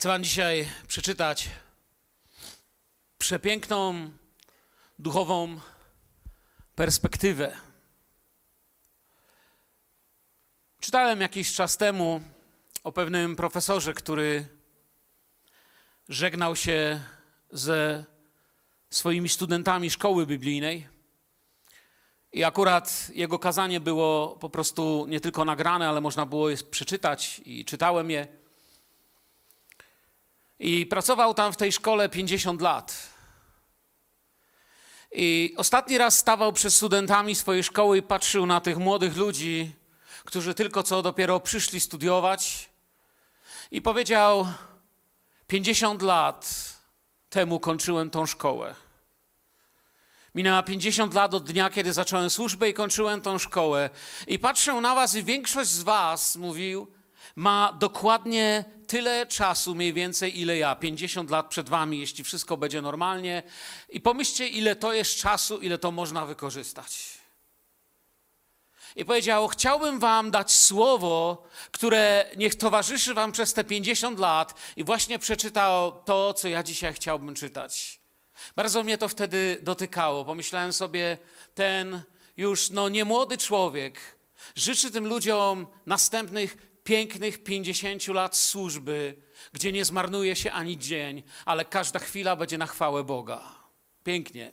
Chcę wam dzisiaj przeczytać przepiękną, duchową perspektywę. Czytałem jakiś czas temu o pewnym profesorze, który żegnał się ze swoimi studentami szkoły biblijnej i akurat jego kazanie było po prostu nie tylko nagrane, ale można było je przeczytać i czytałem je. I pracował tam w tej szkole 50 lat. I ostatni raz stawał przed studentami swojej szkoły i patrzył na tych młodych ludzi, którzy tylko co dopiero przyszli studiować. I powiedział: 50 lat temu kończyłem tą szkołę. Minęło 50 lat od dnia, kiedy zacząłem służbę i kończyłem tą szkołę. I patrzę na was i większość z was, mówił, ma dokładnie tyle czasu mniej więcej, ile ja. 50 lat przed wami, jeśli wszystko będzie normalnie. I pomyślcie, ile to jest czasu, ile to można wykorzystać. I powiedział: chciałbym wam dać słowo, które niech towarzyszy wam przez te 50 lat. I właśnie przeczytał to, co ja dzisiaj chciałbym czytać. Bardzo mnie to wtedy dotykało. Pomyślałem sobie, ten już niemłody człowiek życzy tym ludziom następnych pięknych 50 lat służby, gdzie nie zmarnuje się ani dzień, ale każda chwila będzie na chwałę Boga. Pięknie.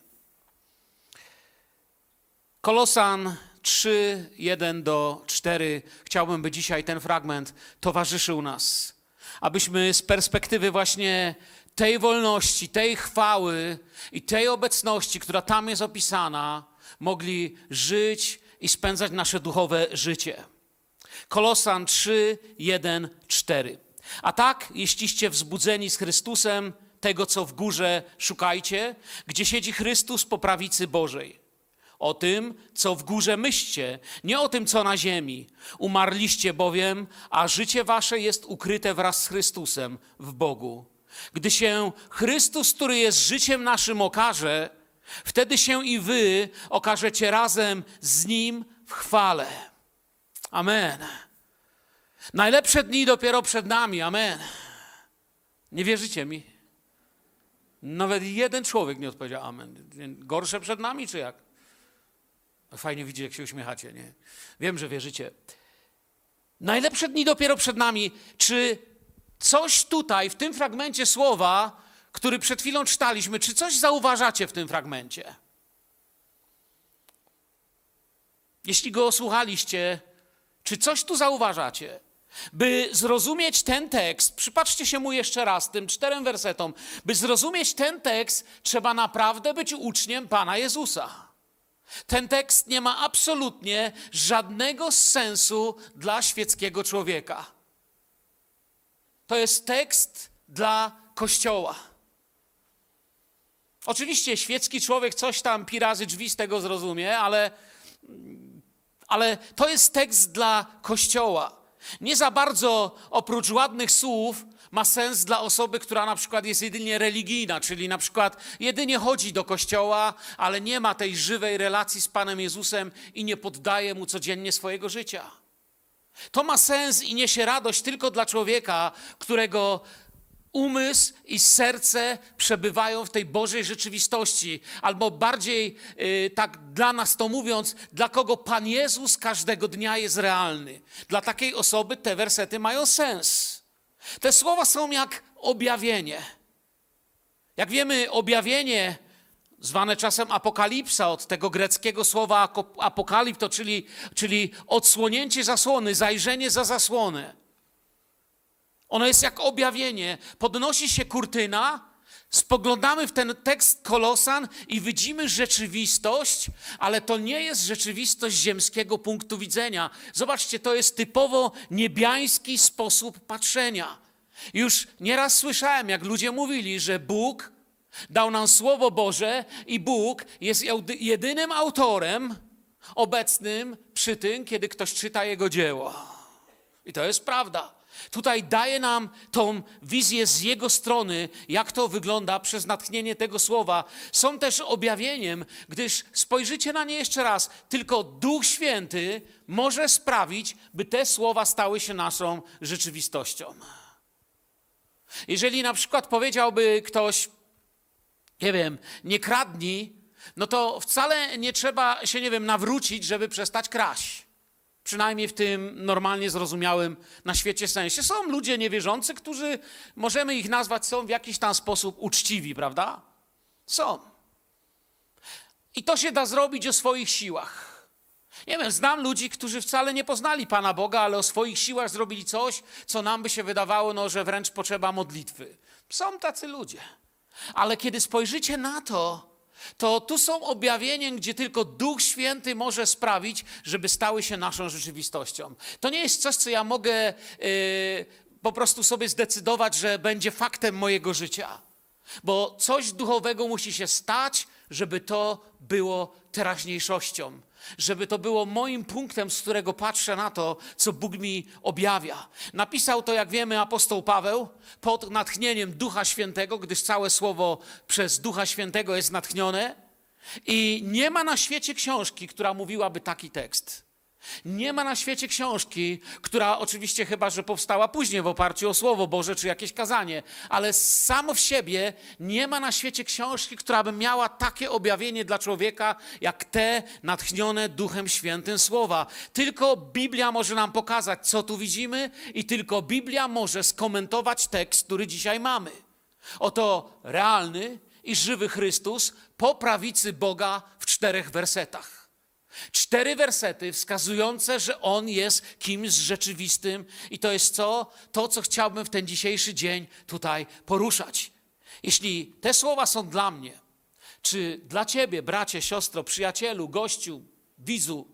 Kolosan 3, 1-4. Chciałbym, by dzisiaj ten fragment towarzyszył nas. Abyśmy z perspektywy właśnie tej wolności, tej chwały i tej obecności, która tam jest opisana, mogli żyć i spędzać nasze duchowe życie. Kolosan 3, 1-4. A tak, jeśliście wzbudzeni z Chrystusem, tego co w górze szukajcie, gdzie siedzi Chrystus po prawicy Bożej. O tym, co w górze myślcie, nie o tym, co na ziemi. Umarliście bowiem, a życie wasze jest ukryte wraz z Chrystusem w Bogu. Gdy się Chrystus, który jest życiem naszym, okaże, wtedy się i wy okażecie razem z Nim w chwale. Amen. Najlepsze dni dopiero przed nami. Amen. Nie wierzycie mi? Nawet jeden człowiek nie odpowiedział amen. Gorsze przed nami, czy jak? Fajnie widzieć, jak się uśmiechacie, nie? Wiem, że wierzycie. Najlepsze dni dopiero przed nami. Czy coś tutaj, w tym fragmencie słowa, który przed chwilą czytaliśmy, czy coś zauważacie w tym fragmencie? Jeśli go słuchaliście, czy coś tu zauważacie? By zrozumieć ten tekst, przypatrzcie się mu jeszcze raz, tym 4 wersetom. By zrozumieć ten tekst, trzeba naprawdę być uczniem Pana Jezusa. Ten tekst nie ma absolutnie żadnego sensu dla świeckiego człowieka. To jest tekst dla Kościoła. Oczywiście świecki człowiek coś tam pi razy drzwi z tego zrozumie, ale to jest tekst dla Kościoła. Nie za bardzo oprócz ładnych słów ma sens dla osoby, która na przykład jest jedynie religijna, czyli na przykład jedynie chodzi do kościoła, ale nie ma tej żywej relacji z Panem Jezusem i nie poddaje Mu codziennie swojego życia. To ma sens i niesie radość tylko dla człowieka, którego umysł i serce przebywają w tej Bożej rzeczywistości. Albo bardziej, tak dla nas to mówiąc, dla kogo Pan Jezus każdego dnia jest realny. Dla takiej osoby te wersety mają sens. Te słowa są jak objawienie. Jak wiemy, objawienie, zwane czasem apokalipsa, od tego greckiego słowa apokalipto, czyli odsłonięcie zasłony, zajrzenie za zasłonę. Ono jest jak objawienie. Podnosi się kurtyna, spoglądamy w ten tekst Kolosan i widzimy rzeczywistość, ale to nie jest rzeczywistość ziemskiego punktu widzenia. Zobaczcie, to jest typowo niebiański sposób patrzenia. Już nieraz słyszałem, jak ludzie mówili, że Bóg dał nam Słowo Boże i Bóg jest jedynym autorem obecnym przy tym, kiedy ktoś czyta Jego dzieło. I to jest prawda. Tutaj daje nam tą wizję z Jego strony, jak to wygląda przez natchnienie tego słowa. Są też objawieniem, gdyż spojrzycie na nie jeszcze raz. Tylko Duch Święty może sprawić, by te słowa stały się naszą rzeczywistością. Jeżeli na przykład powiedziałby ktoś, nie wiem, nie kradnij, no to wcale nie trzeba się, nie wiem, nawrócić, żeby przestać kraść. Przynajmniej w tym normalnie zrozumiałym na świecie sensie. Są ludzie niewierzący, którzy, możemy ich nazwać, są w jakiś tam sposób uczciwi, prawda? Są. I to się da zrobić o swoich siłach. Nie wiem, znam ludzi, którzy wcale nie poznali Pana Boga, ale o swoich siłach zrobili coś, co nam by się wydawało, no, że wręcz potrzeba modlitwy. Są tacy ludzie. Ale kiedy spojrzycie na to, to tu są objawienia, gdzie tylko Duch Święty może sprawić, żeby stały się naszą rzeczywistością. To nie jest coś, co ja mogę po prostu sobie zdecydować, że będzie faktem mojego życia. Bo coś duchowego musi się stać, żeby to było teraźniejszością. Żeby to było moim punktem, z którego patrzę na to, co Bóg mi objawia. Napisał to, jak wiemy, apostoł Paweł pod natchnieniem Ducha Świętego, gdyż całe słowo przez Ducha Świętego jest natchnione. I nie ma na świecie książki, która mówiłaby taki tekst. Nie ma na świecie książki, która oczywiście chyba, że powstała później w oparciu o Słowo Boże czy jakieś kazanie, ale samo w siebie nie ma na świecie książki, która by miała takie objawienie dla człowieka, jak te natchnione Duchem Świętym słowa. Tylko Biblia może nam pokazać, co tu widzimy i tylko Biblia może skomentować tekst, który dzisiaj mamy. Oto realny i żywy Chrystus po prawicy Boga w 4 wersetach. 4 wersety wskazujące, że On jest kimś rzeczywistym i to jest to, co chciałbym w ten dzisiejszy dzień tutaj poruszać. Jeśli te słowa są dla mnie, czy dla ciebie, bracie, siostro, przyjacielu, gościu, widzu,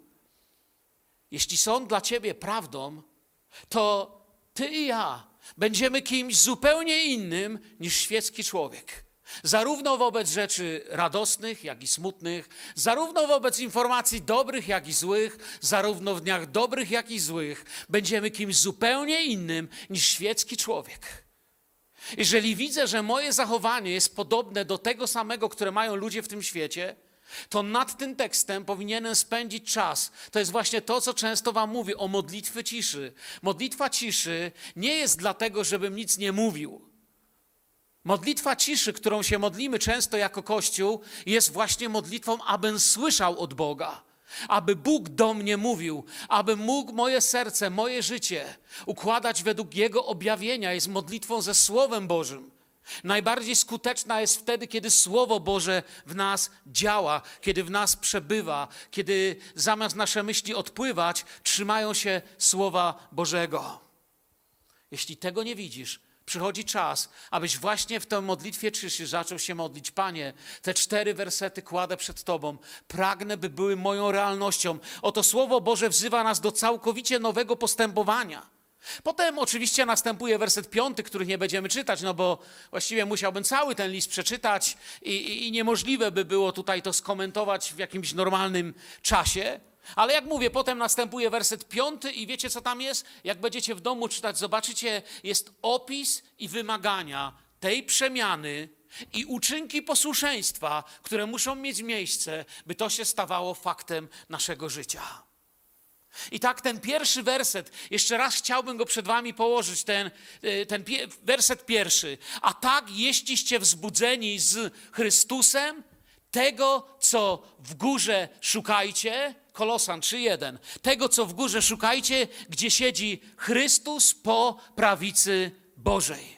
jeśli są dla ciebie prawdą, to ty i ja będziemy kimś zupełnie innym niż świecki człowiek. Zarówno wobec rzeczy radosnych, jak i smutnych, zarówno wobec informacji dobrych, jak i złych, zarówno w dniach dobrych, jak i złych, będziemy kimś zupełnie innym niż świecki człowiek. Jeżeli widzę, że moje zachowanie jest podobne do tego samego, które mają ludzie w tym świecie, to nad tym tekstem powinienem spędzić czas. To jest właśnie to, co często wam mówię o modlitwie ciszy. Modlitwa ciszy nie jest dlatego, żebym nic nie mówił. Modlitwa ciszy, którą się modlimy często jako Kościół, jest właśnie modlitwą, abym słyszał od Boga, aby Bóg do mnie mówił, abym mógł moje serce, moje życie układać według Jego objawienia. Jest modlitwą ze Słowem Bożym. Najbardziej skuteczna jest wtedy, kiedy Słowo Boże w nas działa, kiedy w nas przebywa, kiedy zamiast nasze myśli odpływać, trzymają się Słowa Bożego. Jeśli tego nie widzisz, przychodzi czas, abyś właśnie w tej modlitwie ciszy zaczął się modlić. Panie, te 4 wersety kładę przed Tobą. Pragnę, by były moją realnością. Oto Słowo Boże wzywa nas do całkowicie nowego postępowania. Potem oczywiście następuje werset 5, który nie będziemy czytać, no bo właściwie musiałbym cały ten list przeczytać i niemożliwe by było tutaj to skomentować w jakimś normalnym czasie. Ale jak mówię, potem następuje werset 5 i wiecie, co tam jest? Jak będziecie w domu czytać, zobaczycie, jest opis i wymagania tej przemiany i uczynki posłuszeństwa, które muszą mieć miejsce, by to się stawało faktem naszego życia. I tak ten pierwszy werset, jeszcze raz chciałbym go przed wami położyć, ten werset pierwszy. A tak, jeśliście wzbudzeni z Chrystusem, tego, co w górze szukajcie, Kolosan 3:1, tego, co w górze szukajcie, gdzie siedzi Chrystus po prawicy Bożej.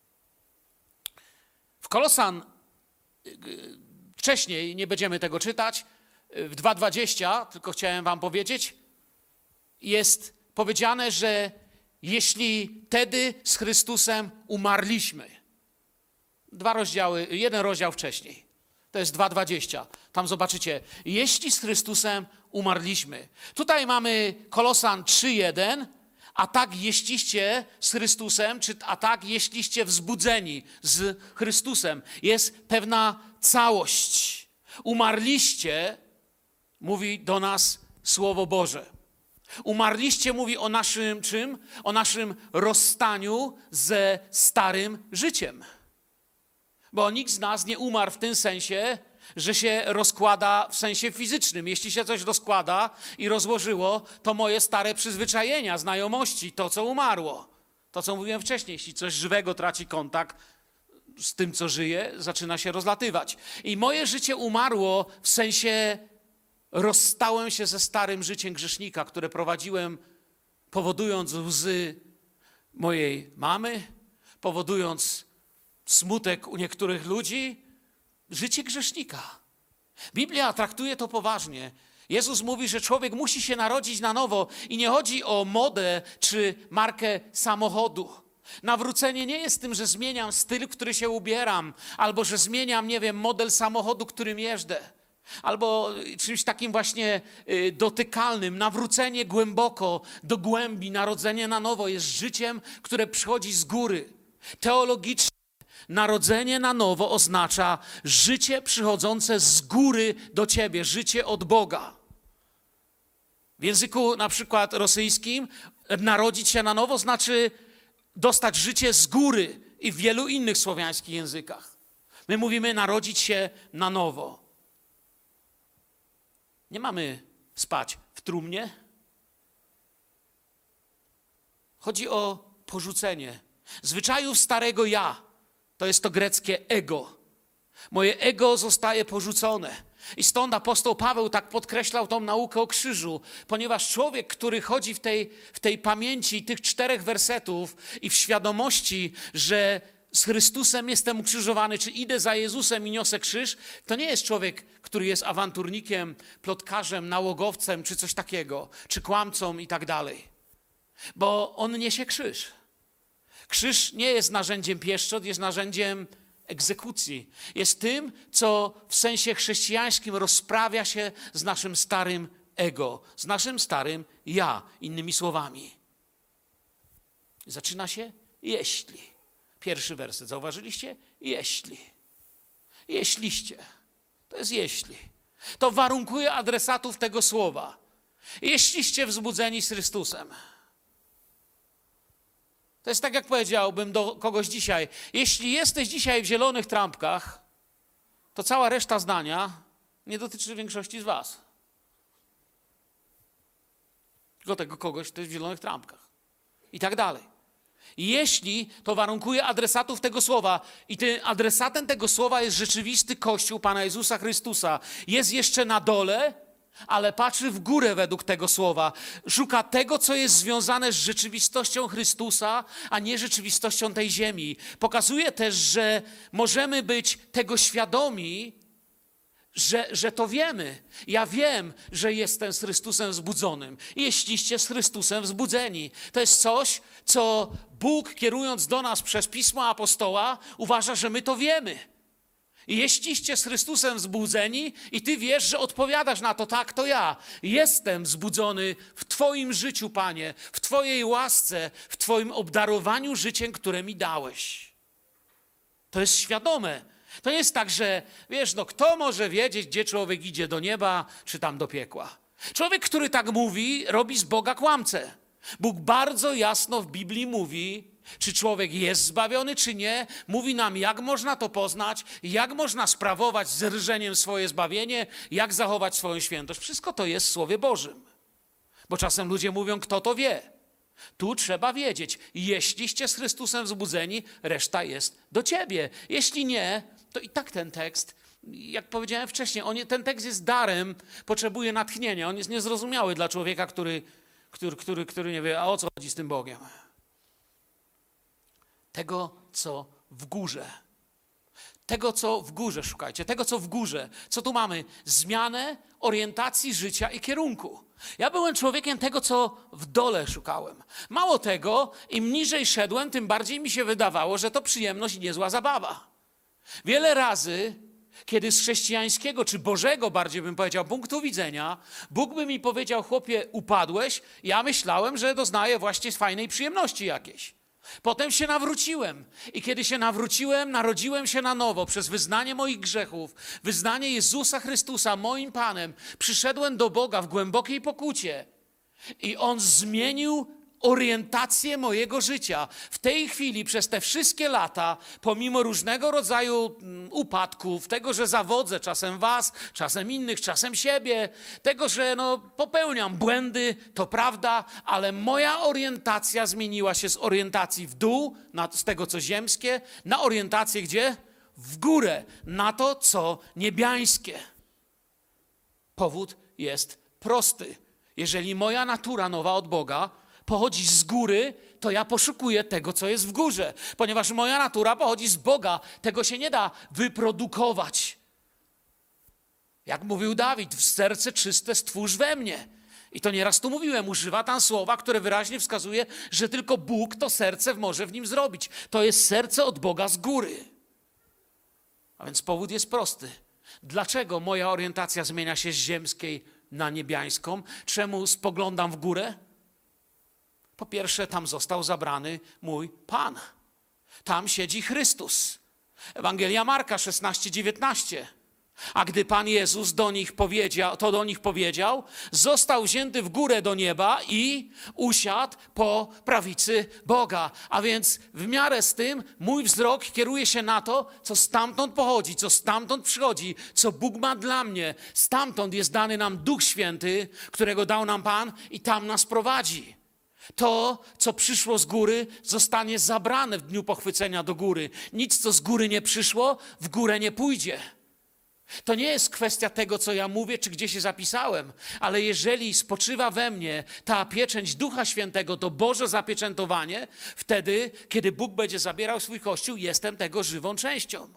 W Kolosan, wcześniej, nie będziemy tego czytać, w 2:20, tylko chciałem wam powiedzieć, jest powiedziane, że jeśli wtedy z Chrystusem umarliśmy. 2 rozdziały, 1 rozdział wcześniej. To jest 2:20. Tam zobaczycie, jeśli z Chrystusem umarliśmy. Tutaj mamy Kolosan 3:1, a tak jeśliście z Chrystusem, czy a tak jeśliście wzbudzeni z Chrystusem. Jest pewna całość. Umarliście, mówi do nas Słowo Boże. Umarliście mówi o naszym czym? O naszym rozstaniu ze starym życiem. Bo nikt z nas nie umarł w tym sensie, że się rozkłada w sensie fizycznym. Jeśli się coś rozkłada i rozłożyło, to moje stare przyzwyczajenia, znajomości, to co umarło. To, co mówiłem wcześniej, jeśli coś żywego traci kontakt z tym, co żyje, zaczyna się rozlatywać. I moje życie umarło w sensie rozstałem się ze starym życiem grzesznika, które prowadziłem, powodując łzy mojej mamy, powodując smutek u niektórych ludzi. Życie grzesznika. Biblia traktuje to poważnie. Jezus mówi, że człowiek musi się narodzić na nowo i nie chodzi o modę czy markę samochodu. Nawrócenie nie jest tym, że zmieniam styl, w który się ubieram, albo że zmieniam, nie wiem, model samochodu, którym jeżdżę, albo czymś takim właśnie dotykalnym. Nawrócenie głęboko, do głębi, narodzenie na nowo jest życiem, które przychodzi z góry. Teologicznie narodzenie na nowo oznacza życie przychodzące z góry do ciebie, życie od Boga. W języku na przykład rosyjskim narodzić się na nowo znaczy dostać życie z góry i w wielu innych słowiańskich językach. My mówimy narodzić się na nowo. Nie mamy spać w trumnie. Chodzi o porzucenie zwyczajów starego ja. To jest to greckie ego. Moje ego zostaje porzucone. I stąd apostoł Paweł tak podkreślał tą naukę o krzyżu, ponieważ człowiek, który chodzi w tej pamięci tych 4 wersetów i w świadomości, że z Chrystusem jestem ukrzyżowany, czy idę za Jezusem i niosę krzyż, to nie jest człowiek, który jest awanturnikiem, plotkarzem, nałogowcem, czy coś takiego, czy kłamcą i tak dalej. Bo on niesie krzyż. Krzyż nie jest narzędziem pieszczot, jest narzędziem egzekucji. Jest tym, co w sensie chrześcijańskim rozprawia się z naszym starym ego, z naszym starym ja, innymi słowami. Zaczyna się jeśli. Pierwszy werset, zauważyliście? Jeśli. Jeśliście. To jest jeśli. To warunkuje adresatów tego słowa. Jeśliście wzbudzeni z Chrystusem. To jest tak, jak powiedziałbym do kogoś dzisiaj. Jeśli jesteś dzisiaj w zielonych trampkach, to cała reszta zdania nie dotyczy większości z was. Tylko tego kogoś, kto jest w zielonych trampkach. I tak dalej. Jeśli, to warunkuje adresatów tego słowa. I tym adresatem tego słowa jest rzeczywisty Kościół Pana Jezusa Chrystusa. Jest jeszcze na dole, ale patrzy w górę według tego słowa. Szuka tego, co jest związane z rzeczywistością Chrystusa, a nie rzeczywistością tej ziemi. Pokazuje też, że możemy być tego świadomi, że to wiemy. Ja wiem, że jestem z Chrystusem wzbudzonym. Jeśliście z Chrystusem wzbudzeni. To jest coś, co Bóg, kierując do nas przez Pismo Apostoła, uważa, że my to wiemy. Jeśliście z Chrystusem wzbudzeni i ty wiesz, że odpowiadasz na to, tak, to ja. Jestem wzbudzony w Twoim życiu, Panie, w Twojej łasce, w Twoim obdarowaniu życiem, które mi dałeś. To jest świadome. To nie jest tak, że wiesz, no kto może wiedzieć, gdzie człowiek idzie, do nieba czy tam do piekła. Człowiek, który tak mówi, robi z Boga kłamcę. Bóg bardzo jasno w Biblii mówi, czy człowiek jest zbawiony, czy nie. Mówi nam, jak można to poznać, jak można sprawować z rżeniem swoje zbawienie, jak zachować swoją świętość. Wszystko to jest w Słowie Bożym. Bo czasem ludzie mówią, kto to wie. Tu trzeba wiedzieć, jeśliście z Chrystusem wzbudzeni, reszta jest do ciebie. Jeśli nie, to i tak ten tekst, jak powiedziałem wcześniej, ten tekst jest darem, potrzebuje natchnienia. On jest niezrozumiały dla człowieka, który nie wie, a o co chodzi z tym Bogiem. Tego, co w górze. Tego, co w górze, szukajcie. Tego, co w górze. Co tu mamy? Zmianę orientacji życia i kierunku. Ja byłem człowiekiem tego, co w dole szukałem. Mało tego, im niżej szedłem, tym bardziej mi się wydawało, że to przyjemność i niezła zabawa. Wiele razy, kiedy z chrześcijańskiego, czy Bożego bardziej bym powiedział, punktu widzenia, Bóg by mi powiedział, chłopie, upadłeś, ja myślałem, że doznaję właśnie fajnej przyjemności jakiejś. Potem się nawróciłem i kiedy się nawróciłem, narodziłem się na nowo przez wyznanie moich grzechów, wyznanie Jezusa Chrystusa moim Panem. Przyszedłem do Boga w głębokiej pokucie i On zmienił orientację mojego życia. W tej chwili, przez te wszystkie lata, pomimo różnego rodzaju upadków, tego, że zawodzę czasem was, czasem innych, czasem siebie, tego, że popełniam błędy, to prawda, ale moja orientacja zmieniła się z orientacji w dół, z tego, co ziemskie, na orientację gdzie? W górę, na to, co niebiańskie. Powód jest prosty. Jeżeli moja natura nowa od Boga pochodzi z góry, to ja poszukuję tego, co jest w górze. Ponieważ moja natura pochodzi z Boga, tego się nie da wyprodukować. Jak mówił Dawid, serce czyste stwórz we mnie. I to nieraz tu mówiłem, używa tam słowa, które wyraźnie wskazuje, że tylko Bóg to serce może w nim zrobić. To jest serce od Boga z góry. A więc powód jest prosty. Dlaczego moja orientacja zmienia się z ziemskiej na niebiańską? Czemu spoglądam w górę? Po pierwsze, tam został zabrany mój Pan. Tam siedzi Chrystus. Ewangelia Marka 16:19. A gdy Pan Jezus do nich powiedział, został wzięty w górę do nieba i usiadł po prawicy Boga. A więc w miarę z tym mój wzrok kieruje się na to, co stamtąd pochodzi, co stamtąd przychodzi, co Bóg ma dla mnie. Stamtąd jest dany nam Duch Święty, którego dał nam Pan i tam nas prowadzi. To, co przyszło z góry, zostanie zabrane w dniu pochwycenia do góry. Nic, co z góry nie przyszło, w górę nie pójdzie. To nie jest kwestia tego, co ja mówię, czy gdzie się zapisałem, ale jeżeli spoczywa we mnie ta pieczęć Ducha Świętego, to Boże zapieczętowanie, wtedy, kiedy Bóg będzie zabierał swój Kościół, jestem tego żywą częścią.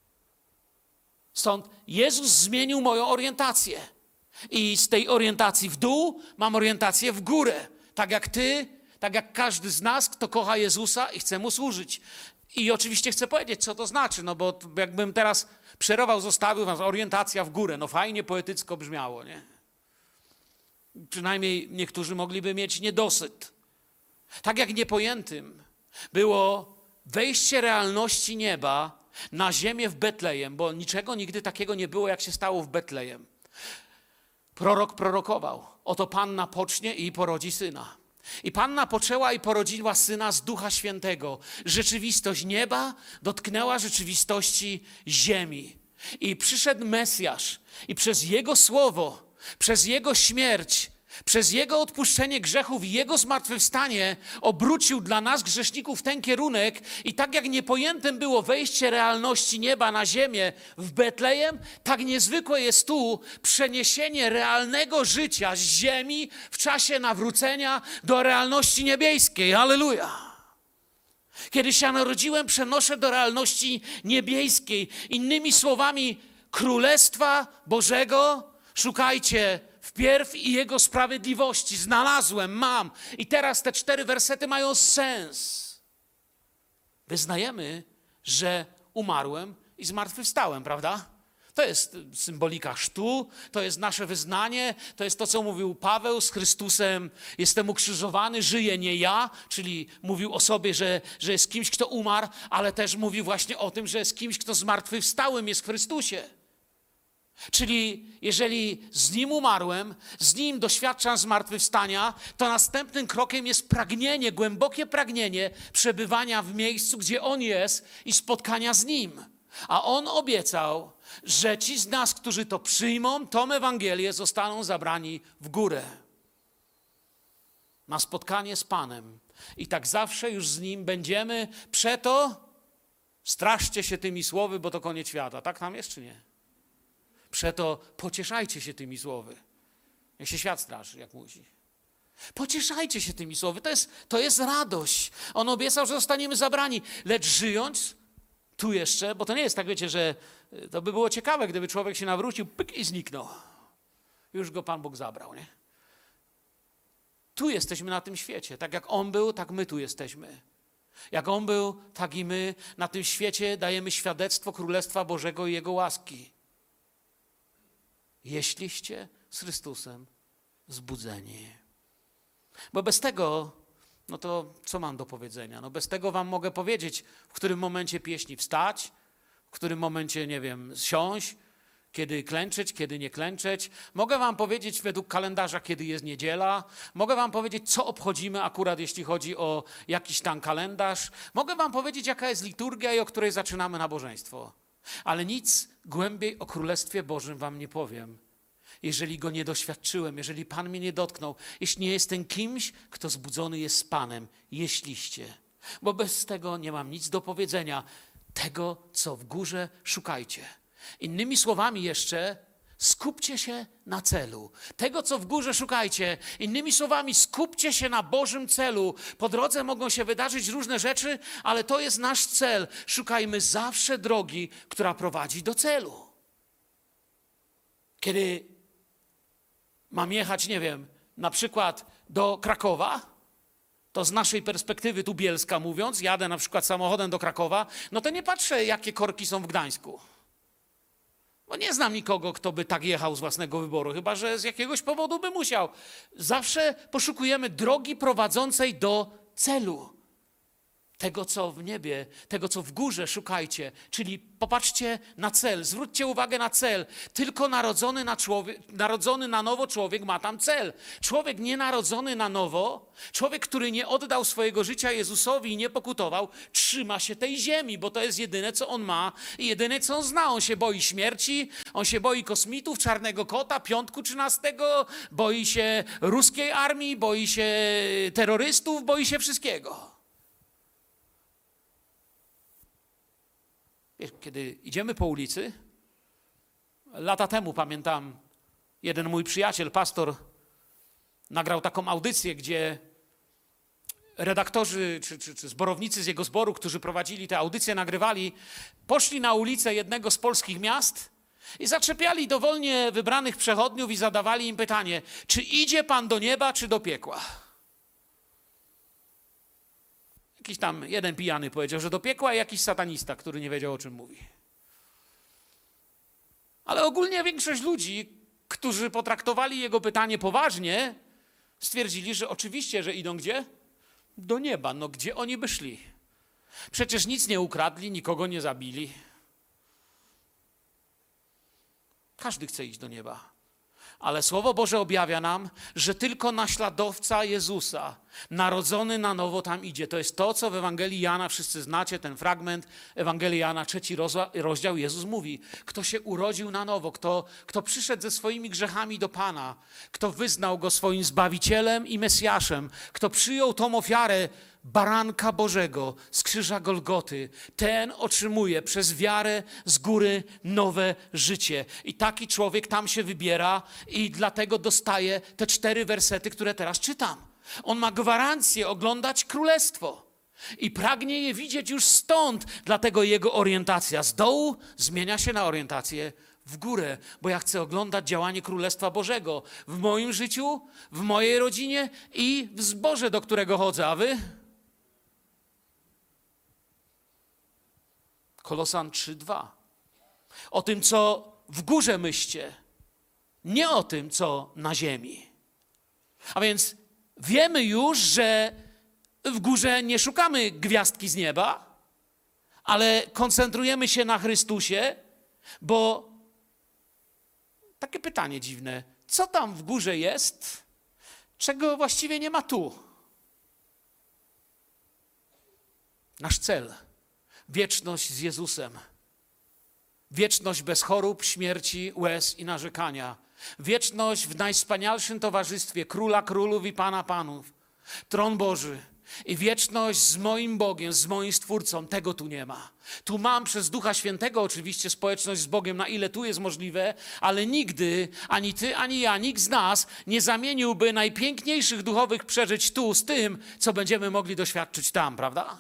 Stąd Jezus zmienił moją orientację. I z tej orientacji w dół mam orientację w górę. Tak jak ty, tak jak każdy z nas, kto kocha Jezusa i chce Mu służyć. I oczywiście chcę powiedzieć, co to znaczy, bo jakbym teraz przerował, zostawił orientacja w górę. Fajnie poetycko brzmiało, nie? Przynajmniej niektórzy mogliby mieć niedosyt. Tak jak niepojętym było wejście realności nieba na ziemię w Betlejem, bo niczego nigdy takiego nie było, jak się stało w Betlejem. Prorok prorokował, oto Panna pocznie i porodzi syna. I Panna poczęła i porodziła syna z Ducha Świętego. Rzeczywistość nieba dotknęła rzeczywistości ziemi. I przyszedł Mesjasz i przez Jego słowo, przez Jego śmierć, przez Jego odpuszczenie grzechów i Jego zmartwychwstanie obrócił dla nas, grzeszników, ten kierunek. I tak jak niepojętym było wejście realności nieba na ziemię w Betlejem, tak niezwykłe jest tu przeniesienie realnego życia z ziemi w czasie nawrócenia do realności niebieskiej. Halleluja! Kiedy się narodziłem, przenoszę do realności niebieskiej. Innymi słowami, Królestwa Bożego szukajcie wpierw i Jego sprawiedliwości. Znalazłem, mam. I teraz te 4 wersety mają sens. Wyznajemy, że umarłem i zmartwychwstałem, prawda? To jest symbolika chrztu, to jest nasze wyznanie, to jest to, co mówił Paweł z Chrystusem. Jestem ukrzyżowany, żyję nie ja, czyli mówił o sobie, że jest kimś, kto umarł, ale też mówił właśnie o tym, że jest kimś, kto zmartwychwstałym jest w Chrystusie. Czyli jeżeli z Nim umarłem, z Nim doświadczam zmartwychwstania, to następnym krokiem jest pragnienie, głębokie pragnienie przebywania w miejscu, gdzie On jest i spotkania z Nim. A On obiecał, że ci z nas, którzy to przyjmą, tą Ewangelię, zostaną zabrani w górę. Na spotkanie z Panem. I tak zawsze już z Nim będziemy. Przeto straszcie się tymi słowy, bo to koniec świata. Tak tam jest, czy nie? Przeto pocieszajcie się tymi słowy. Niech się świat straszy, jak musi. Pocieszajcie się tymi słowy. To jest radość. On obiecał, że zostaniemy zabrani. Lecz żyjąc tu jeszcze, bo to nie jest tak, wiecie, że to by było ciekawe, gdyby człowiek się nawrócił, pyk i zniknął. Już go Pan Bóg zabrał, nie? Tu jesteśmy na tym świecie. Tak jak On był, tak my tu jesteśmy. Jak On był, tak i my na tym świecie dajemy świadectwo Królestwa Bożego i Jego łaski. Jeśliście z Chrystusem zbudzeni. Bo bez tego, no to co mam do powiedzenia? No bez tego wam mogę powiedzieć, w którym momencie pieśni wstać, w którym momencie, nie wiem, siąść, kiedy klęczeć, kiedy nie klęczeć. Mogę wam powiedzieć według kalendarza, kiedy jest niedziela. Mogę wam powiedzieć, co obchodzimy akurat, jeśli chodzi o jakiś tam kalendarz. Mogę wam powiedzieć, jaka jest liturgia i o której zaczynamy nabożeństwo. Ale nic głębiej o Królestwie Bożym wam nie powiem. Jeżeli go nie doświadczyłem, jeżeli Pan mnie nie dotknął, jeśli nie jestem kimś, kto zbudzony jest z Panem, jeśliście. Bo bez tego nie mam nic do powiedzenia. Tego, co w górze, szukajcie. Innymi słowami jeszcze, skupcie się na celu. Tego, co w górze, szukajcie. Innymi słowami, skupcie się na Bożym celu. Po drodze mogą się wydarzyć różne rzeczy, ale to jest nasz cel. Szukajmy zawsze drogi, która prowadzi do celu. Kiedy mam jechać, nie wiem, na przykład do Krakowa, to z naszej perspektywy, tu Bielska mówiąc, jadę na przykład samochodem do Krakowa, no to nie patrzę, jakie korki są w Gdańsku. Bo nie znam nikogo, kto by tak jechał z własnego wyboru, chyba że z jakiegoś powodu by musiał. Zawsze poszukujemy drogi prowadzącej do celu. Tego, co w niebie, tego, co w górze, szukajcie. Czyli popatrzcie na cel, zwróćcie uwagę na cel. Tylko narodzony na nowo człowiek ma tam cel. Człowiek nienarodzony na nowo, człowiek, który nie oddał swojego życia Jezusowi i nie pokutował, trzyma się tej ziemi, bo to jest jedyne, co on ma i jedyne, co on zna. On się boi śmierci, on się boi kosmitów, czarnego kota, piątku 13, boi się ruskiej armii, boi się terrorystów, boi się wszystkiego. Kiedy idziemy po ulicy, lata temu pamiętam, jeden mój przyjaciel, pastor, nagrał taką audycję, gdzie redaktorzy czy zborownicy z jego zboru, którzy prowadzili tę audycję, nagrywali, poszli na ulicę jednego z polskich miast i zaczepiali dowolnie wybranych przechodniów i zadawali im pytanie, czy idzie pan do nieba, czy do piekła? Jakiś tam jeden pijany powiedział, że do piekła, i jakiś satanista, który nie wiedział, o czym mówi. Ale ogólnie większość ludzi, którzy potraktowali jego pytanie poważnie, stwierdzili, że oczywiście, że idą gdzie? Do nieba. No gdzie oni by szli? Przecież nic nie ukradli, nikogo nie zabili. Każdy chce iść do nieba. Ale Słowo Boże objawia nam, że tylko naśladowca Jezusa, narodzony na nowo tam idzie. To jest to, co w Ewangelii Jana, wszyscy znacie ten fragment, Ewangelii Jana, 3 rozdział, Jezus mówi, kto się urodził na nowo, kto przyszedł ze swoimi grzechami do Pana, kto wyznał Go swoim Zbawicielem i Mesjaszem, kto przyjął tą ofiarę Baranka Bożego z krzyża Golgoty, ten otrzymuje przez wiarę z góry nowe życie. I taki człowiek tam się wybiera i dlatego dostaje te 4 wersety, które teraz czytam. On ma gwarancję oglądać królestwo i pragnie je widzieć już stąd, dlatego jego orientacja z dołu zmienia się na orientację w górę, bo ja chcę oglądać działanie Królestwa Bożego w moim życiu, w mojej rodzinie i w zborze, do którego chodzę, a wy? Kolosan 3:2. O tym, co w górze myślcie, nie o tym, co na ziemi. A więc wiemy już, że w górze nie szukamy gwiazdki z nieba, ale koncentrujemy się na Chrystusie, bo takie pytanie dziwne, co tam w górze jest, czego właściwie nie ma tu? Nasz cel. Wieczność z Jezusem. Wieczność bez chorób, śmierci, łez i narzekania. Wieczność w najwspanialszym towarzystwie Króla Królów i Pana Panów. Tron Boży. I wieczność z moim Bogiem, z moim Stwórcą. Tego tu nie ma. Tu mam przez Ducha Świętego oczywiście społeczność z Bogiem, na ile tu jest możliwe, ale nigdy, ani ty, ani ja, nikt z nas nie zamieniłby najpiękniejszych duchowych przeżyć tu z tym, co będziemy mogli doświadczyć tam, prawda?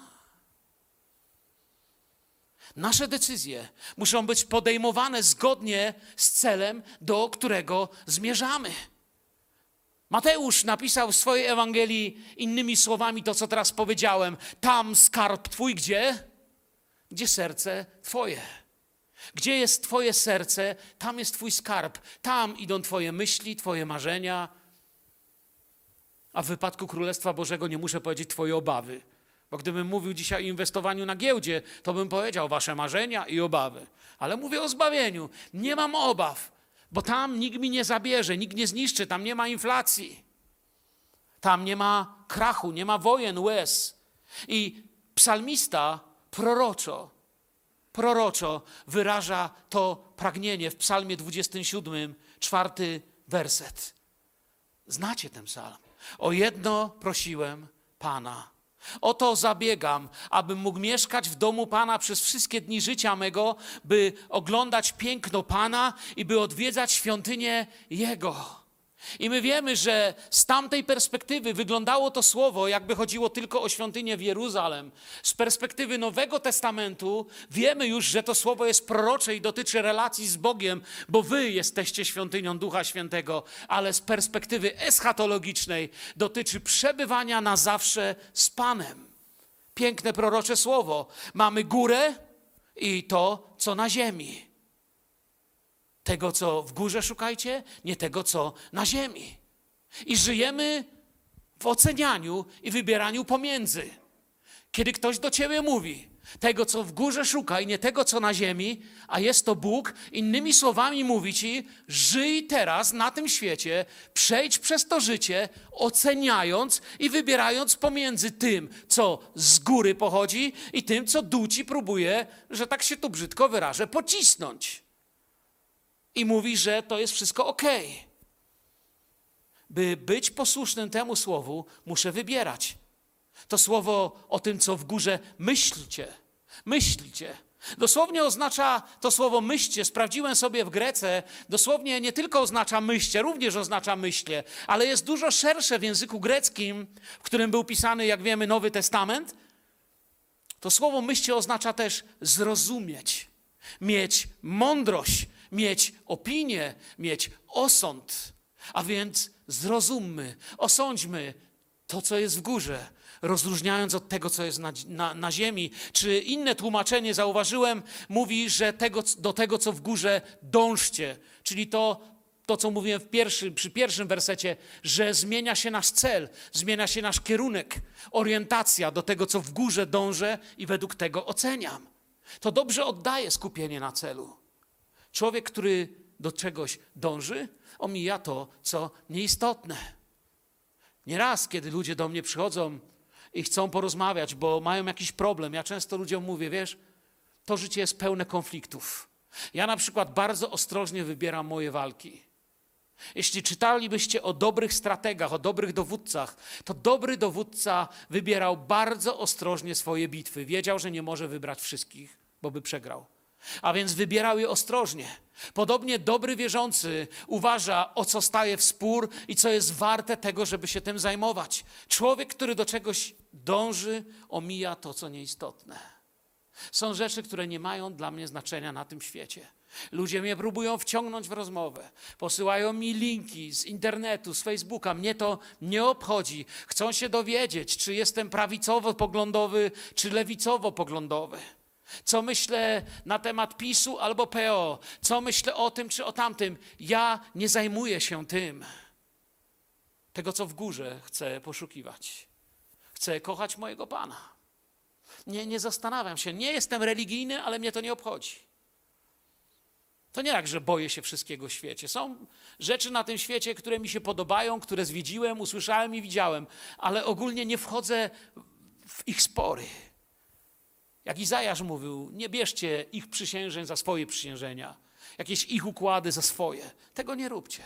Nasze decyzje muszą być podejmowane zgodnie z celem, do którego zmierzamy. Mateusz napisał w swojej Ewangelii innymi słowami to, co teraz powiedziałem. Tam skarb twój gdzie? Gdzie serce twoje. Gdzie jest twoje serce, tam jest twój skarb. Tam idą twoje myśli, twoje marzenia. A w wypadku Królestwa Bożego nie muszę powiedzieć twoje obawy. Bo gdybym mówił dzisiaj o inwestowaniu na giełdzie, to bym powiedział wasze marzenia i obawy. Ale mówię o zbawieniu. Nie mam obaw, bo tam nikt mi nie zabierze, nikt nie zniszczy, tam nie ma inflacji. Tam nie ma krachu, nie ma wojen, łez. I psalmista proroczo wyraża to pragnienie w psalmie 27, 4 werset. Znacie ten psalm. O jedno prosiłem Pana. O to zabiegam, abym mógł mieszkać w domu Pana przez wszystkie dni życia mego, by oglądać piękno Pana i by odwiedzać świątynię Jego. I my wiemy, że z tamtej perspektywy wyglądało to słowo, jakby chodziło tylko o świątynię w Jeruzalem. Z perspektywy Nowego Testamentu wiemy już, że to słowo jest prorocze i dotyczy relacji z Bogiem, bo wy jesteście świątynią Ducha Świętego, ale z perspektywy eschatologicznej dotyczy przebywania na zawsze z Panem. Piękne prorocze słowo. Mamy górę i to, co na ziemi. Tego, co w górze szukajcie, nie tego, co na ziemi. I żyjemy w ocenianiu i wybieraniu pomiędzy. Kiedy ktoś do ciebie mówi, tego, co w górze szukaj, nie tego, co na ziemi, a jest to Bóg, innymi słowami mówi ci, żyj teraz na tym świecie, przejdź przez to życie, oceniając i wybierając pomiędzy tym, co z góry pochodzi i tym, co dół ci próbuje, że tak się tu brzydko wyrażę, pocisnąć. I mówi, że to jest wszystko okej. By być posłusznym temu słowu, muszę wybierać. To słowo o tym, co w górze myślcie. Myślcie. Dosłownie oznacza to słowo myślcie. Sprawdziłem sobie w Grece. Dosłownie nie tylko oznacza myślcie, również oznacza myślcie, ale jest dużo szersze w języku greckim, w którym był pisany, jak wiemy, Nowy Testament. To słowo myślcie oznacza też zrozumieć, mieć mądrość, mieć opinię, mieć osąd. A więc zrozummy, osądźmy to, co jest w górze, rozróżniając od tego, co jest na ziemi. Czy inne tłumaczenie, zauważyłem, mówi, że do tego, co w górze, dążcie. Czyli to, co mówiłem przy pierwszym wersecie, że zmienia się nasz cel, zmienia się nasz kierunek, orientacja do tego, co w górze dążę i według tego oceniam. To dobrze oddaje skupienie na celu. Człowiek, który do czegoś dąży, omija to, co nieistotne. Nieraz, kiedy ludzie do mnie przychodzą i chcą porozmawiać, bo mają jakiś problem, ja często ludziom mówię, wiesz, to życie jest pełne konfliktów. Ja na przykład bardzo ostrożnie wybieram moje walki. Jeśli czytalibyście o dobrych strategach, o dobrych dowódcach, to dobry dowódca wybierał bardzo ostrożnie swoje bitwy. Wiedział, że nie może wybrać wszystkich, bo by przegrał. A więc wybierał je ostrożnie. Podobnie dobry wierzący uważa, o co staje w spór i co jest warte tego, żeby się tym zajmować. Człowiek, który do czegoś dąży, omija to, co nieistotne. Są rzeczy, które nie mają dla mnie znaczenia na tym świecie. Ludzie mnie próbują wciągnąć w rozmowę. Posyłają mi linki z internetu, z Facebooka. Mnie to nie obchodzi. Chcą się dowiedzieć, czy jestem prawicowo-poglądowy, czy lewicowo-poglądowy. Co myślę na temat PiS-u albo PO. Co myślę o tym czy o tamtym. Ja nie zajmuję się tym. Tego, co w górze chcę poszukiwać. Chcę kochać mojego Pana. Nie zastanawiam się. Nie jestem religijny, ale mnie to nie obchodzi. To nie tak, że boję się wszystkiego w świecie. Są rzeczy na tym świecie, które mi się podobają, które zwiedziłem, usłyszałem i widziałem, ale ogólnie nie wchodzę w ich spory. Jak Izajasz mówił, nie bierzcie ich przysiężeń za swoje przysiężenia, jakieś ich układy za swoje. Tego nie róbcie.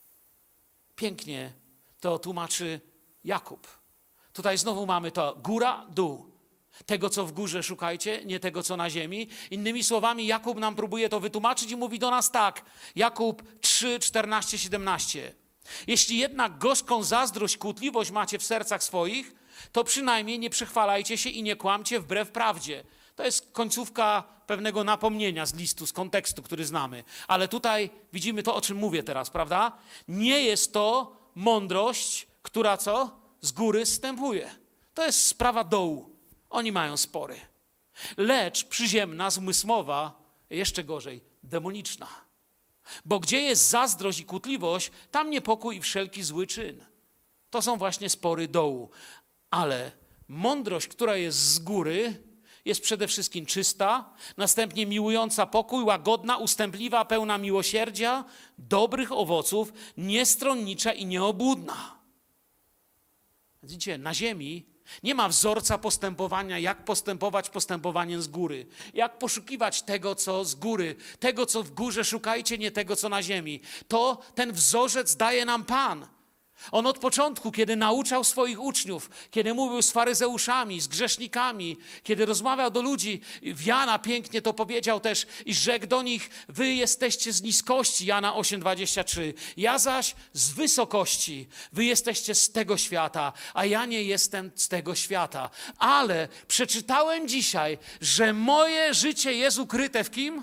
Pięknie to tłumaczy Jakub. Tutaj znowu mamy to góra, dół. Tego, co w górze szukajcie, nie tego, co na ziemi. Innymi słowami, Jakub nam próbuje to wytłumaczyć i mówi do nas tak. Jakub 3, 14, 17. Jeśli jednak gorzką zazdrość, kłótliwość macie w sercach swoich, to przynajmniej nie przechwalajcie się i nie kłamcie wbrew prawdzie. To jest końcówka pewnego napomnienia z listu, z kontekstu, który znamy. Ale tutaj widzimy to, o czym mówię teraz, prawda? Nie jest to mądrość, która co? Z góry zstępuje. To jest sprawa dołu. Oni mają spory. Lecz przyziemna, zmysłowa, jeszcze gorzej, demoniczna. Bo gdzie jest zazdrość i kłótliwość, tam niepokój i wszelki zły czyn. To są właśnie spory dołu. Ale Mądrość, która jest z góry, jest przede wszystkim czysta, następnie miłująca pokój, łagodna, ustępliwa, pełna miłosierdzia, dobrych owoców, niestronnicza i nieobłudna. Widzicie, na ziemi nie ma wzorca postępowania, jak postępować postępowaniem z góry. Jak poszukiwać tego, co z góry. Tego, co w górze szukajcie, nie tego, co na ziemi. Ten wzorzec daje nam Pan. On od początku, kiedy nauczał swoich uczniów, kiedy mówił z faryzeuszami, z grzesznikami, kiedy rozmawiał do ludzi, Jana pięknie to powiedział też i rzekł do nich, wy jesteście z niskości, Jana 8,23. Ja zaś z wysokości, wy jesteście z tego świata, a ja nie jestem z tego świata. Ale przeczytałem dzisiaj, że moje życie jest ukryte w kim?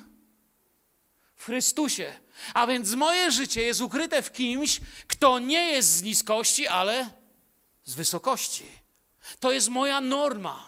W Chrystusie. A więc moje życie jest ukryte w kimś, kto nie jest z niskości, ale z wysokości. To jest moja norma.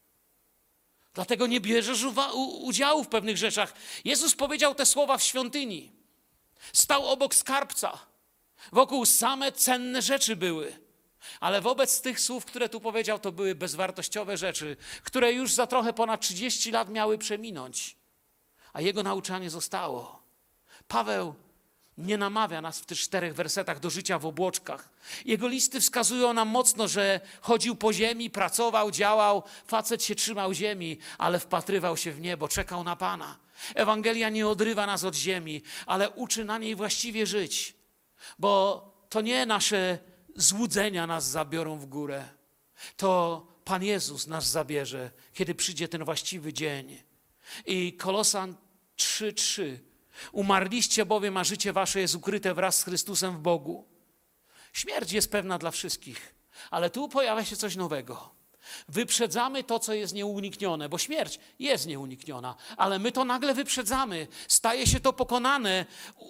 Dlatego nie bierzesz udziału w pewnych rzeczach. Jezus powiedział te słowa w świątyni. Stał obok skarbca. Wokół same cenne rzeczy były. Ale wobec tych słów, które tu powiedział, to były bezwartościowe rzeczy, które już za trochę ponad 30 lat miały przeminąć. A jego nauczanie zostało. Paweł nie namawia nas w tych 4 wersetach do życia w obłoczkach. Jego listy wskazują nam mocno, że chodził po ziemi, pracował, działał, facet się trzymał ziemi, ale wpatrywał się w niebo, czekał na Pana. Ewangelia nie odrywa nas od ziemi, ale uczy na niej właściwie żyć, bo to nie nasze złudzenia nas zabiorą w górę. To Pan Jezus nas zabierze, kiedy przyjdzie ten właściwy dzień. I Kolosan 3:3. Umarliście bowiem, a życie wasze jest ukryte wraz z Chrystusem w Bogu. Śmierć jest pewna dla wszystkich, ale tu pojawia się coś nowego. Wyprzedzamy to, co jest nieuniknione, bo śmierć jest nieunikniona, ale my to nagle wyprzedzamy. Staje się to pokonane.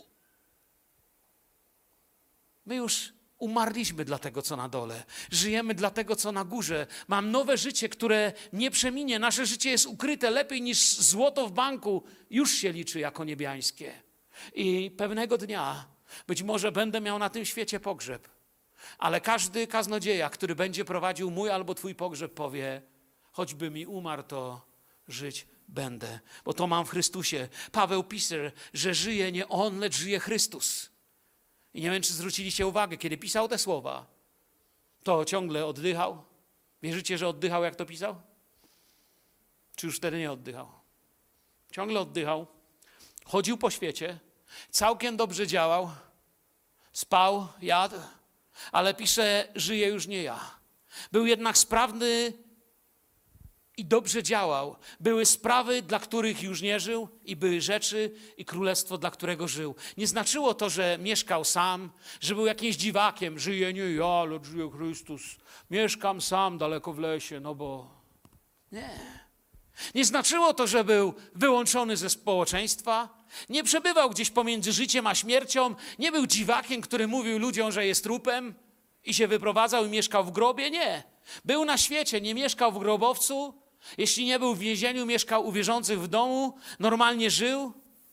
My już umarliśmy dla tego, co na dole. Żyjemy dla tego, co na górze. Mam nowe życie, które nie przeminie. Nasze życie jest ukryte lepiej niż złoto w banku. Już się liczy jako niebiańskie. I pewnego dnia być może będę miał na tym świecie pogrzeb. Ale każdy kaznodzieja, który będzie prowadził mój albo twój pogrzeb, powie, choćby mi umarł, to żyć będę. Bo to mam w Chrystusie. Paweł pisał, że żyje nie on, lecz żyje Chrystus. I nie wiem, czy zwróciliście uwagę, kiedy pisał te słowa, to ciągle oddychał. Wierzycie, że oddychał, jak to pisał? Czy już wtedy nie oddychał? Ciągle oddychał, chodził po świecie, całkiem dobrze działał, spał, jadł, ale pisze, żyje już nie ja. Był jednak sprawny i dobrze działał. Były sprawy, dla których już nie żył i były rzeczy i królestwo, dla którego żył. Nie znaczyło to, że mieszkał sam, że był jakimś dziwakiem. Żyje nie ja, lecz żyje Chrystus. Mieszkam sam daleko w lesie, no bo... Nie. Nie znaczyło to, że był wyłączony ze społeczeństwa. Nie przebywał gdzieś pomiędzy życiem a śmiercią. Nie był dziwakiem, który mówił ludziom, że jest trupem i się wyprowadzał i mieszkał w grobie. Nie. Był na świecie, nie mieszkał w grobowcu. Jeśli nie był w więzieniu, mieszkał u wierzących w domu, normalnie żył.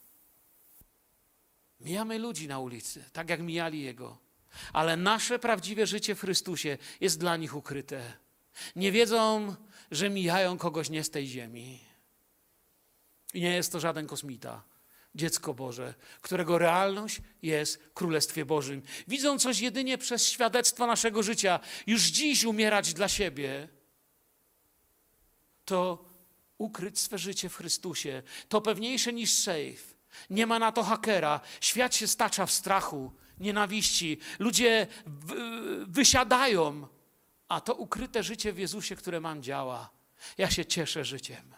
Mijamy ludzi na ulicy, tak jak mijali Jego. Ale nasze prawdziwe życie w Chrystusie jest dla nich ukryte. Nie wiedzą, że mijają kogoś nie z tej ziemi. I nie jest to żaden kosmita. Dziecko Boże, którego realność jest w Królestwie Bożym. Widzą coś jedynie przez świadectwo naszego życia. Już dziś umierać dla siebie. To ukryć swe życie w Chrystusie. To pewniejsze niż sejf. Nie ma na to hakera. Świat się stacza w strachu, nienawiści. Ludzie wysiadają. A to ukryte życie w Jezusie, które mam, działa. Ja się cieszę życiem.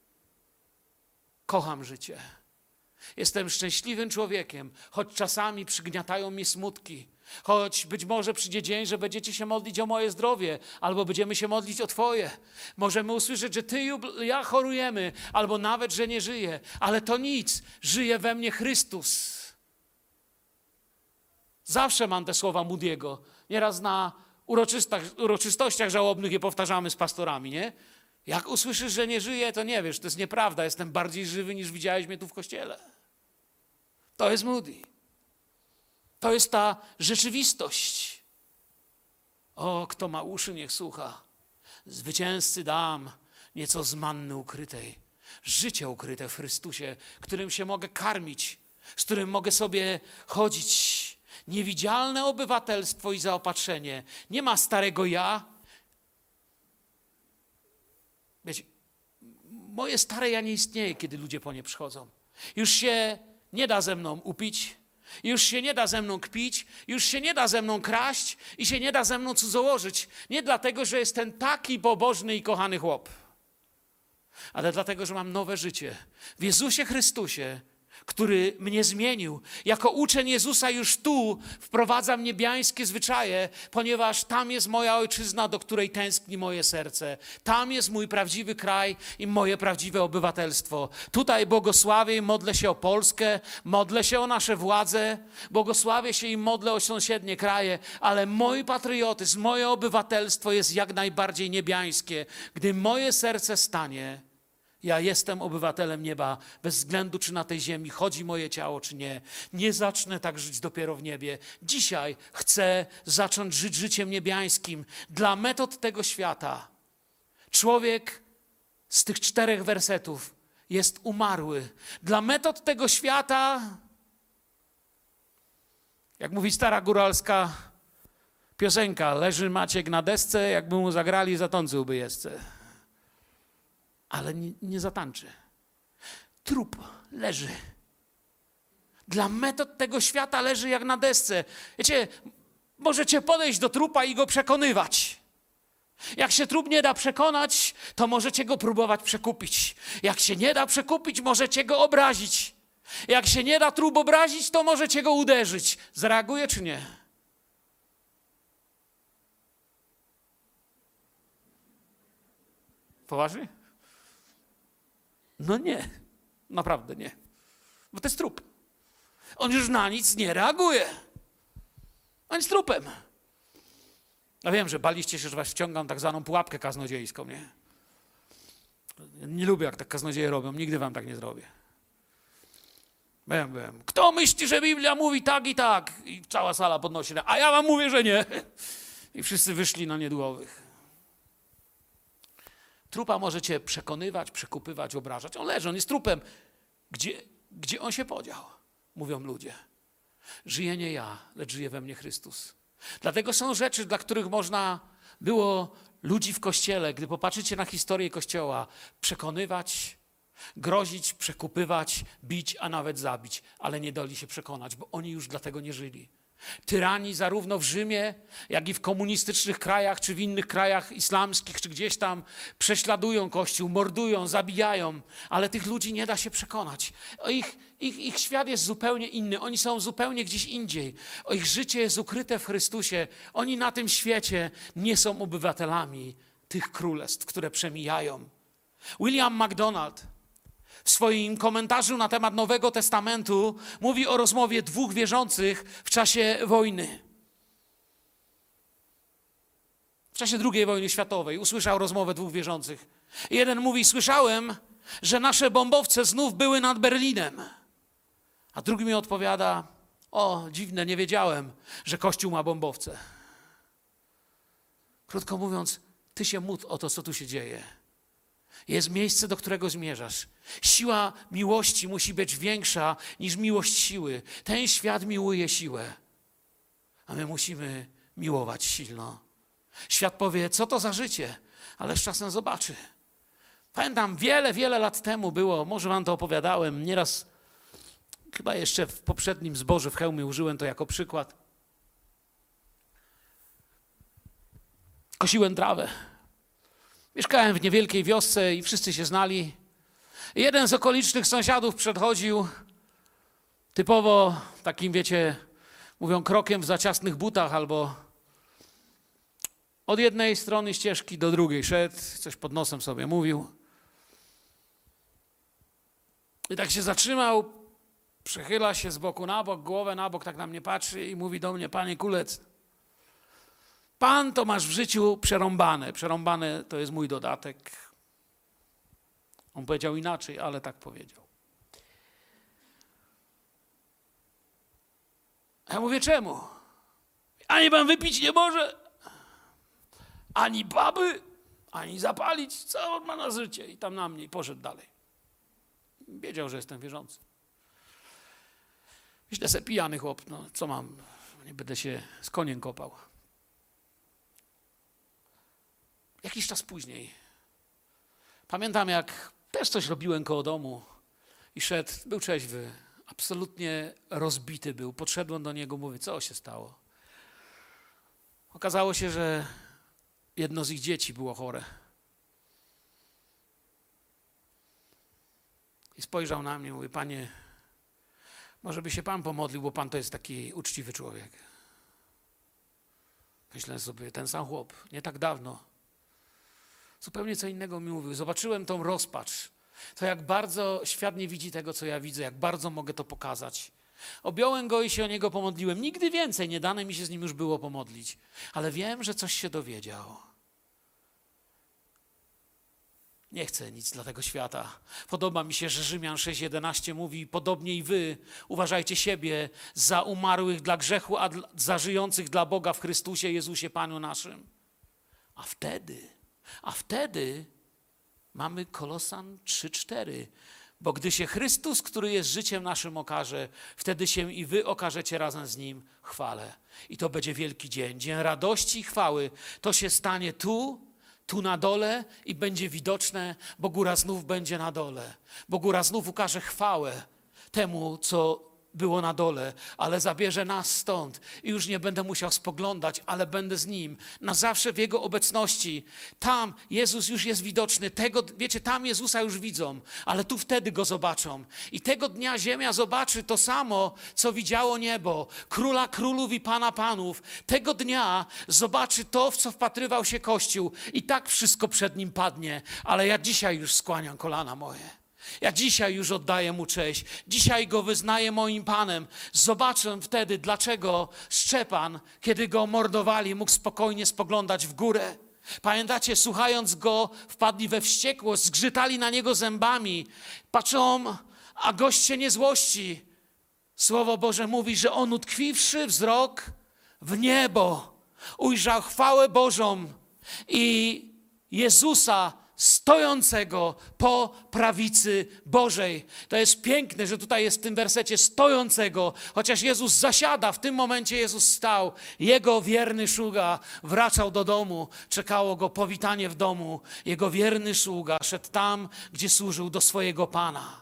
Kocham życie. Jestem szczęśliwym człowiekiem, choć czasami przygniatają mnie smutki. Choć być może przyjdzie dzień, że będziecie się modlić o moje zdrowie, albo będziemy się modlić o Twoje. Możemy usłyszeć, że Ty i ja chorujemy, albo nawet, że nie żyję. Ale to nic. Żyje we mnie Chrystus. Zawsze mam te słowa Moody'ego. Nieraz na uroczystościach żałobnych je powtarzamy z pastorami, nie? Jak usłyszysz, że nie żyję, to nie wiesz, to jest nieprawda. Jestem bardziej żywy, niż widziałeś mnie tu w kościele. To jest Moody. To jest ta rzeczywistość. O, kto ma uszy, niech słucha. Zwycięzcy dam nieco z manny ukrytej. Życie ukryte w Chrystusie, którym się mogę karmić, z którym mogę sobie chodzić. Niewidzialne obywatelstwo i zaopatrzenie. Nie ma starego ja. Wiecie, moje stare ja nie istnieje, kiedy ludzie po nie przychodzą. Już się nie da ze mną upić, już się nie da ze mną kpić, już się nie da ze mną kraść i się nie da ze mną cudzołożyć. Nie dlatego, że jestem taki pobożny i kochany chłop, ale dlatego, że mam nowe życie w Jezusie Chrystusie, który mnie zmienił. Jako uczeń Jezusa już tu wprowadzam niebiańskie zwyczaje, ponieważ tam jest moja ojczyzna, do której tęskni moje serce. Tam jest mój prawdziwy kraj i moje prawdziwe obywatelstwo. Tutaj błogosławię i modlę się o Polskę, modlę się o nasze władze, błogosławię się i modlę o sąsiednie kraje, ale mój patriotyzm, moje obywatelstwo jest jak najbardziej niebiańskie. Gdy moje serce stanie, ja jestem obywatelem nieba, bez względu czy na tej ziemi chodzi moje ciało, czy nie. Nie zacznę tak żyć dopiero w niebie. Dzisiaj chcę zacząć żyć życiem niebiańskim. Dla metod tego świata człowiek z tych 4 wersetów jest umarły. Dla metod tego świata, jak mówi stara góralska piosenka, leży Maciek na desce, jakby mu zagrali, zatącyłby jeźdźce. Ale nie zatańczy. Trup leży. Dla metod tego świata leży jak na desce. Wiecie, możecie podejść do trupa i go przekonywać. Jak się trup nie da przekonać, to możecie go próbować przekupić. Jak się nie da przekupić, możecie go obrazić. Jak się nie da trup obrazić, to możecie go uderzyć. Zareaguje czy nie? Poważnie? No nie, naprawdę nie. Bo to jest trup. On już na nic nie reaguje. On jest trupem. Ja wiem, że baliście się, że was wciągam tak zwaną pułapkę kaznodziejską, nie? Nie lubię, jak tak kaznodzieje robią. Nigdy wam tak nie zrobię. Byłem. Kto myśli, że Biblia mówi tak i tak? I cała sala podnosi. A ja wam mówię, że nie. I wszyscy wyszli na niedługowych. Trupa możecie przekonywać, przekupywać, obrażać. On leży, on jest trupem. Gdzie on się podział? Mówią ludzie. Żyję nie ja, lecz żyje we mnie Chrystus. Dlatego są rzeczy, dla których można było ludzi w Kościele, gdy popatrzycie na historię Kościoła, przekonywać, grozić, przekupywać, bić, a nawet zabić. Ale nie dali się przekonać, bo oni już dlatego nie żyli. Tyrani zarówno w Rzymie, jak i w komunistycznych krajach, czy w innych krajach islamskich, czy gdzieś tam prześladują Kościół, mordują, zabijają, ale tych ludzi nie da się przekonać. Ich świat jest zupełnie inny, oni są zupełnie gdzieś indziej. Ich życie jest ukryte w Chrystusie. Oni na tym świecie nie są obywatelami tych królestw, które przemijają. William MacDonald w swoim komentarzu na temat Nowego Testamentu mówi o rozmowie 2 wierzących w czasie wojny. W czasie II wojny światowej usłyszał rozmowę 2 wierzących. Jeden mówi, słyszałem, że nasze bombowce znów były nad Berlinem. A drugi mi odpowiada, o dziwne, nie wiedziałem, że Kościół ma bombowce. Krótko mówiąc, ty się módl o to, co tu się dzieje. Jest miejsce, do którego zmierzasz. Siła miłości musi być większa niż miłość siły. Ten świat miłuje siłę, a my musimy miłować silno. Świat powie, co to za życie, ale z czasem zobaczy. Pamiętam, wiele lat temu było, może wam to opowiadałem, nieraz, chyba jeszcze w poprzednim zborze w Chełmie użyłem to jako przykład. Kosiłem trawę. Mieszkałem w niewielkiej wiosce i wszyscy się znali. Jeden z okolicznych sąsiadów przedchodził typowo takim, wiecie, mówią krokiem w za ciasnych butach albo od jednej strony ścieżki do drugiej szedł, coś pod nosem sobie mówił. I tak się zatrzymał, przechyla się z boku na bok, głowę na bok, tak na mnie patrzy i mówi do mnie, panie Kulec, pan to masz w życiu przerąbane. Przerąbane to jest mój dodatek. On powiedział inaczej, ale tak powiedział. Ja mówię, czemu? Ani pan wypić nie może, ani baby, ani zapalić, co on ma na życie. I tam na mnie i poszedł dalej. Wiedział, że jestem wierzący. Myślę sobie, pijany chłop, no co mam, nie będę się z koniem kopał. Jakiś czas później pamiętam, jak też coś robiłem koło domu i szedł, był trzeźwy, absolutnie rozbity był. Podszedłem do niego, mówię, co się stało? Okazało się, że jedno z ich dzieci było chore. I spojrzał na mnie, mówi, panie, może by się pan pomodlił, bo pan to jest taki uczciwy człowiek. Myślę sobie, ten sam chłop, nie tak dawno, zupełnie co innego mi mówił. Zobaczyłem tą rozpacz, to jak bardzo świat nie widzi tego, co ja widzę, jak bardzo mogę to pokazać. Objąłem go i się o niego pomodliłem. Nigdy więcej nie dane mi się z nim już było pomodlić, ale wiem, że coś się dowiedział. Nie chcę nic dla tego świata. Podoba mi się, że Rzymian 6:11 mówi, podobnie i wy uważajcie siebie za umarłych dla grzechu, a za żyjących dla Boga w Chrystusie Jezusie Panu naszym. A wtedy mamy Kolosan 3:4. Bo gdy się Chrystus, który jest życiem naszym, okaże, wtedy się i wy okażecie razem z Nim chwale. I to będzie wielki dzień, dzień radości i chwały. To się stanie tu na dole i będzie widoczne, bo góra znów będzie na dole. Bo góra znów ukaże chwałę temu, co było na dole, ale zabierze nas stąd i już nie będę musiał spoglądać, ale będę z Nim, na zawsze w Jego obecności. Tam Jezus już jest widoczny, wiecie, tam Jezusa już widzą, ale tu wtedy Go zobaczą. I tego dnia ziemia zobaczy to samo, co widziało niebo, Króla królów i Pana panów. Tego dnia zobaczy to, w co wpatrywał się Kościół i tak wszystko przed Nim padnie, ale ja dzisiaj już skłaniam kolana moje. Ja dzisiaj już oddaję Mu cześć. Dzisiaj Go wyznaję moim Panem. Zobaczę wtedy, dlaczego Szczepan, kiedy go mordowali, mógł spokojnie spoglądać w górę. Pamiętacie, słuchając Go, wpadli we wściekłość, zgrzytali na Niego zębami. Patrzą, a gość się nie złości. Słowo Boże mówi, że on utkwiwszy wzrok w niebo, ujrzał chwałę Bożą i Jezusa stojącego po prawicy Bożej. To jest piękne, że tutaj jest w tym wersecie stojącego, chociaż Jezus zasiada, w tym momencie Jezus stał. Jego wierny sługa wracał do domu, czekało go powitanie w domu. Jego wierny sługa szedł tam, gdzie służył do swojego Pana.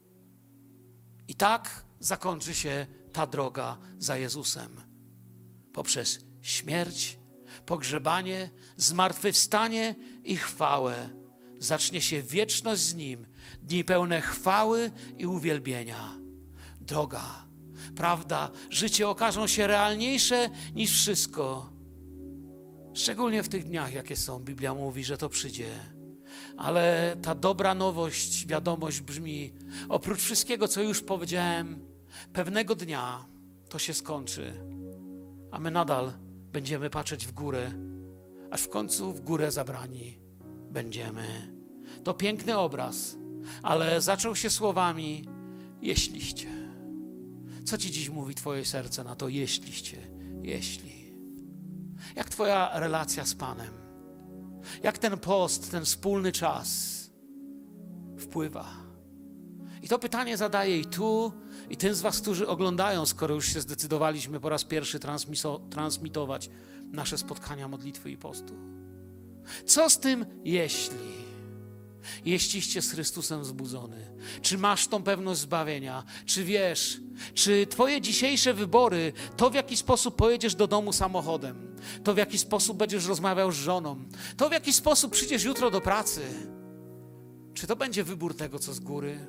I tak zakończy się ta droga za Jezusem. Poprzez śmierć, pogrzebanie, zmartwychwstanie i chwałę. Zacznie się wieczność z Nim, dni pełne chwały i uwielbienia. Droga, prawda, życie okażą się realniejsze niż wszystko. Szczególnie w tych dniach, jakie są. Biblia mówi, że to przyjdzie. Ale ta dobra nowość, wiadomość brzmi, oprócz wszystkiego, co już powiedziałem, pewnego dnia to się skończy, a my nadal będziemy patrzeć w górę, aż w końcu w górę zabrani będziemy. To piękny obraz, ale zaczął się słowami jeśliście. Co ci dziś mówi twoje serce na to jeśliście, jeśli? Jak twoja relacja z Panem? Jak ten post, ten wspólny czas wpływa? I to pytanie zadaję i tu, i tym z was, którzy oglądają, skoro już się zdecydowaliśmy po raz pierwszy transmitować nasze spotkania modlitwy i postu. Co z tym jeśli? Jeśliście z Chrystusem wzbudzony? Czy masz tą pewność zbawienia? Czy wiesz? Czy twoje dzisiejsze wybory, to w jaki sposób pojedziesz do domu samochodem, to w jaki sposób będziesz rozmawiał z żoną, to w jaki sposób przyjdziesz jutro do pracy, czy to będzie wybór tego, co z góry?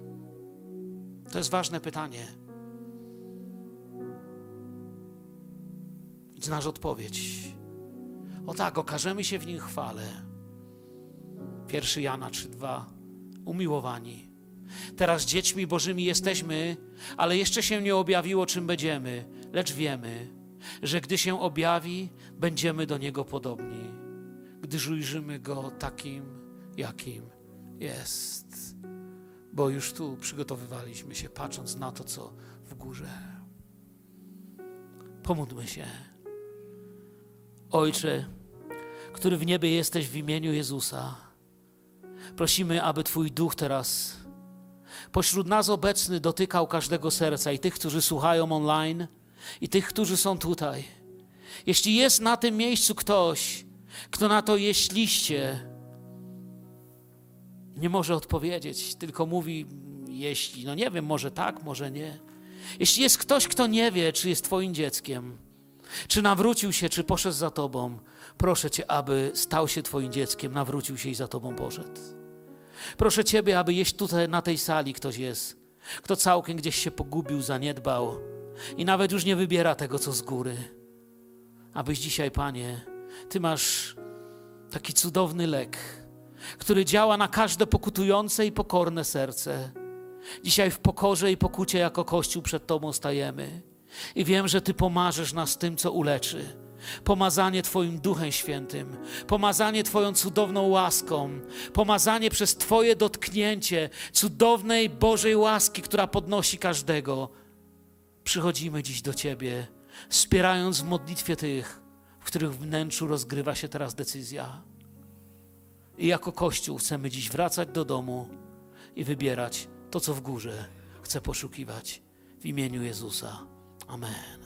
To jest ważne pytanie. I znasz odpowiedź. O tak, okażemy się w Nim chwale. 1 Jana 3:2. Umiłowani. Teraz dziećmi Bożymi jesteśmy, ale jeszcze się nie objawiło, czym będziemy. Lecz wiemy, że gdy się objawi, będziemy do Niego podobni. Gdyż ujrzymy Go takim, jakim jest. Bo już tu przygotowywaliśmy się, patrząc na to, co w górze. Pomódlmy się. Ojcze, który w niebie jesteś, w imieniu Jezusa, prosimy, aby Twój Duch teraz pośród nas obecny dotykał każdego serca i tych, którzy słuchają online, i tych, którzy są tutaj. Jeśli jest na tym miejscu ktoś, kto na to jeśliście nie może odpowiedzieć, tylko mówi jeśli, no nie wiem, może tak, może nie. Jeśli jest ktoś, kto nie wie, czy jest Twoim dzieckiem, czy nawrócił się, czy poszedł za Tobą, proszę Cię, aby stał się Twoim dzieckiem, nawrócił się i za Tobą poszedł. Proszę Ciebie, aby jeśli tutaj na tej sali ktoś jest, kto całkiem gdzieś się pogubił, zaniedbał i nawet już nie wybiera tego, co z góry. Abyś dzisiaj, Panie, Ty masz taki cudowny lek, który działa na każde pokutujące i pokorne serce. Dzisiaj w pokorze i pokucie jako Kościół przed Tobą stajemy i wiem, że Ty pomażesz nas tym, co uleczy. Pomazanie Twoim Duchem Świętym, pomazanie Twoją cudowną łaską, pomazanie przez Twoje dotknięcie cudownej Bożej łaski, która podnosi każdego. Przychodzimy dziś do Ciebie, wspierając w modlitwie tych, w których wnętrzu rozgrywa się teraz decyzja. I jako Kościół chcemy dziś wracać do domu i wybierać to, co w górze chcę poszukiwać. W imieniu Jezusa. Amen.